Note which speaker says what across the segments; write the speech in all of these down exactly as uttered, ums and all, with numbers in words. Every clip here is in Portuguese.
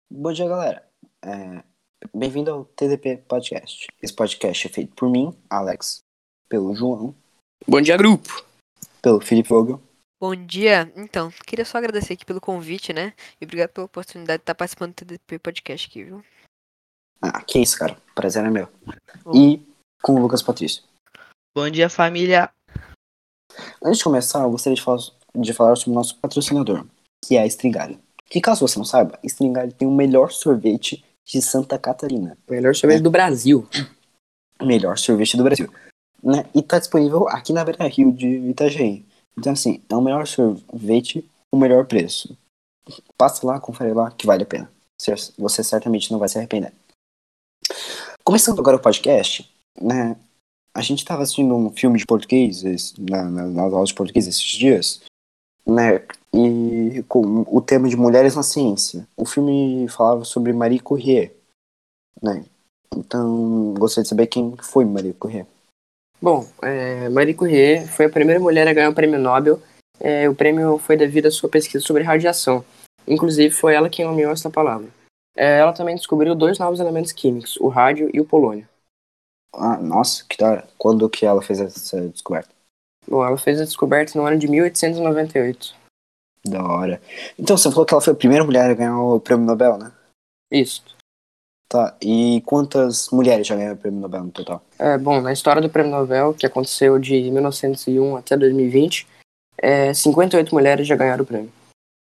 Speaker 1: Bom dia, galera. É, Bem-vindo ao T D P Podcast. Esse podcast é feito por mim, Alex, pelo João,
Speaker 2: Bom dia, grupo.
Speaker 1: pelo Felipe Vogel.
Speaker 3: Bom dia. Então, queria só agradecer aqui pelo convite, né? E obrigado pela oportunidade de estar participando do T D P Podcast aqui, viu?
Speaker 1: Ah, que isso, cara. Prazer é meu.
Speaker 3: Bom.
Speaker 1: E com o Lucas Patrício.
Speaker 2: Bom dia, família.
Speaker 1: Antes de começar, eu gostaria de falar, de falar sobre o nosso patrocinador, que é a Stringali. Que, caso você não saiba, a Stringali tem o melhor sorvete de Santa Catarina.
Speaker 2: O melhor sorvete
Speaker 1: É.
Speaker 2: do Brasil.
Speaker 1: O melhor sorvete do Brasil. Né? E tá disponível aqui na Beira Rio de Itajaí. Então, assim, é o melhor sorvete, o melhor preço. Passa lá, confere lá, que vale a pena. Você, você certamente não vai se arrepender. Começando agora o podcast, né? A gente estava assistindo um filme de português esse- na, na, nas aulas de português esses dias, né? E com o tema de mulheres na ciência. O filme falava sobre Marie Curie, né? Então, gostaria de saber quem foi Marie Curie.
Speaker 2: Bom, é, Marie Curie foi a primeira mulher a ganhar o prêmio Nobel. É, o prêmio foi devido à sua pesquisa sobre radiação. Inclusive, foi ela quem nomeou essa palavra. É, ela também descobriu dois novos elementos químicos, o rádio e o polônio.
Speaker 1: Ah, nossa, que da hora. Quando que ela fez essa descoberta?
Speaker 2: Bom, ela fez a descoberta no ano de mil oitocentos e noventa e oito.
Speaker 1: Da hora. Então, você falou que ela foi a primeira mulher a ganhar o prêmio Nobel, né?
Speaker 2: Isso.
Speaker 1: Tá, e quantas mulheres já ganharam o prêmio Nobel no total?
Speaker 2: É, bom, na história do prêmio Nobel, que aconteceu de mil novecentos e um até dois mil e vinte, é, cinquenta e oito mulheres já ganharam o prêmio.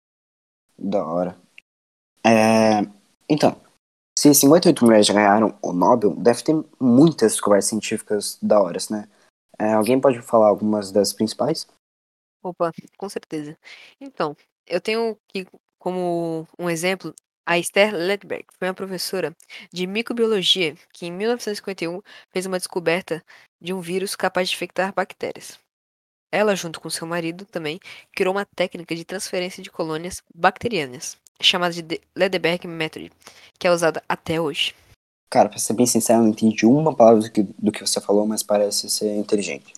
Speaker 1: Da hora. É, então, se cinquenta e oito mulheres já ganharam o Nobel, deve ter muitas descobertas científicas da hora, né? É, alguém pode falar algumas das principais?
Speaker 3: Opa, com certeza. Então, eu tenho aqui como um exemplo a Esther Ledberg, que foi uma professora de microbiologia que em mil novecentos e cinquenta e um fez uma descoberta de um vírus capaz de infectar bactérias. Ela, junto com seu marido, também criou uma técnica de transferência de colônias bacterianas, chamada de De- Ledberg Method, que é usada até hoje.
Speaker 1: Cara, pra ser bem sincero, eu não entendi uma palavra do que, do que você falou, mas parece ser inteligente.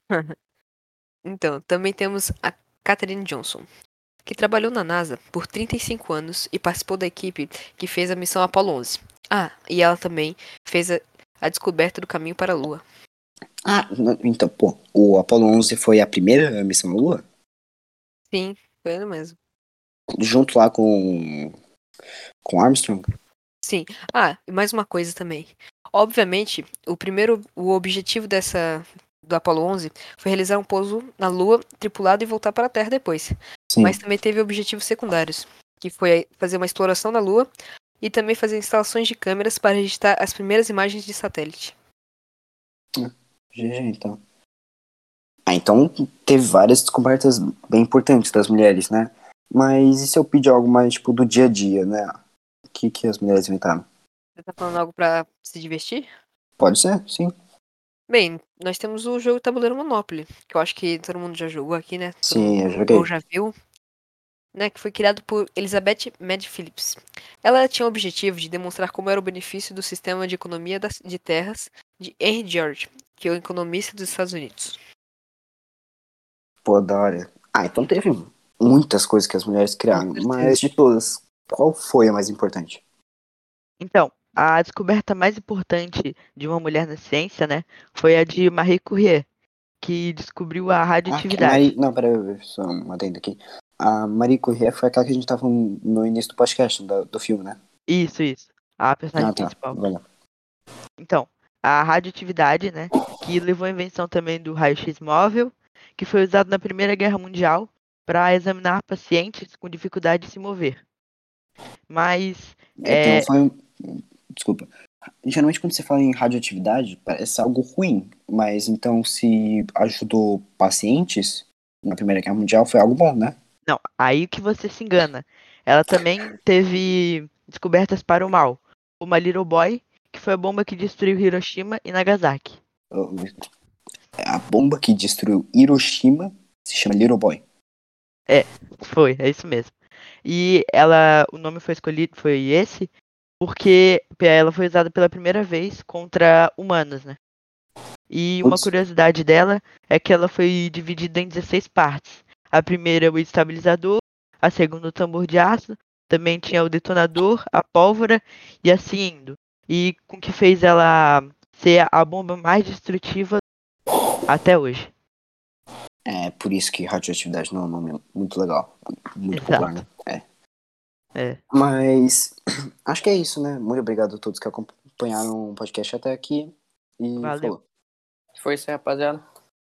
Speaker 3: Então, também temos a Katherine Johnson, que trabalhou na NASA por trinta e cinco anos e participou da equipe que fez a missão Apollo onze. Ah, e ela também fez a, a descoberta do caminho para a Lua.
Speaker 1: Ah, n- então, pô, o Apollo onze foi a primeira missão à Lua?
Speaker 3: Sim, foi ela mesmo.
Speaker 1: Junto lá com, com Armstrong?
Speaker 3: Sim. Ah, e mais uma coisa também. Obviamente, o primeiro, o objetivo dessa do Apollo onze foi realizar um pouso na Lua tripulado e voltar para a Terra depois.
Speaker 1: Sim.
Speaker 3: Mas também teve objetivos secundários, que foi fazer uma exploração da Lua e também fazer instalações de câmeras para registrar as primeiras imagens de satélite.
Speaker 1: G G, então. Ah, então teve várias descobertas bem importantes das mulheres, né? Mas e se eu pedir algo mais, tipo, do dia a dia, né? O que, que as mulheres inventaram?
Speaker 3: Você tá falando algo pra se divertir?
Speaker 1: Pode ser, sim.
Speaker 3: Bem, nós temos o jogo Tabuleiro Monopoly, que eu acho que todo mundo já jogou aqui, né? Todo
Speaker 1: Sim, eu
Speaker 3: mundo
Speaker 1: joguei.
Speaker 3: ou já viu, né? Que foi criado por Elizabeth Mad Phillips. Ela tinha o objetivo de demonstrar como era o benefício do sistema de economia das- de terras de Henry George, que é o economista dos Estados Unidos.
Speaker 1: Pô, da hora. Ah, então teve muitas coisas que as mulheres criaram, mas de todas, qual foi a mais importante?
Speaker 4: Então, a descoberta mais importante de uma mulher na ciência, né, foi a de Marie Curie, que descobriu a
Speaker 1: Ah, que
Speaker 4: radioatividade.
Speaker 1: Marie... Não, peraí, só um adendo aqui. A Marie Curie foi aquela que a gente tava no início do podcast, do, do filme, né?
Speaker 4: Isso, isso. A personagem
Speaker 1: Ah, tá.
Speaker 4: principal.
Speaker 1: Vai lá.
Speaker 4: Então, a radioatividade, né, que levou à invenção também do raio-x móvel, que foi usado na Primeira Guerra Mundial para examinar pacientes com dificuldade de se mover. Mas,
Speaker 1: Então
Speaker 4: é,
Speaker 1: foi. um- Desculpa. Geralmente quando você fala em radioatividade, parece algo ruim, mas então se ajudou pacientes na Primeira Guerra Mundial foi algo bom, né?
Speaker 4: não, aí que você se engana. Ela também teve descobertas para o mal, como a Little Boy, que foi a bomba que destruiu Hiroshima e Nagasaki.
Speaker 1: A bomba que destruiu Hiroshima se chama Little Boy.
Speaker 4: É, foi, é isso mesmo. E ela, o nome foi escolhido, foi esse, porque ela foi usada pela primeira vez contra humanos, né? E uma
Speaker 1: Putz,
Speaker 4: curiosidade dela é que ela foi dividida em dezesseis partes. A primeira, o estabilizador, a segunda, o tambor de aço, também tinha o detonador, a pólvora e assim indo. E com que fez ela ser a bomba mais destrutiva até hoje.
Speaker 1: É por isso que radioatividade não é um nome muito legal. Muito popular, né?
Speaker 4: Exato.
Speaker 1: É.
Speaker 4: É.
Speaker 1: Mas acho que é isso, né? Muito obrigado a todos que acompanharam o podcast até aqui. E
Speaker 4: Valeu.
Speaker 1: falou.
Speaker 2: Foi isso aí, rapaziada.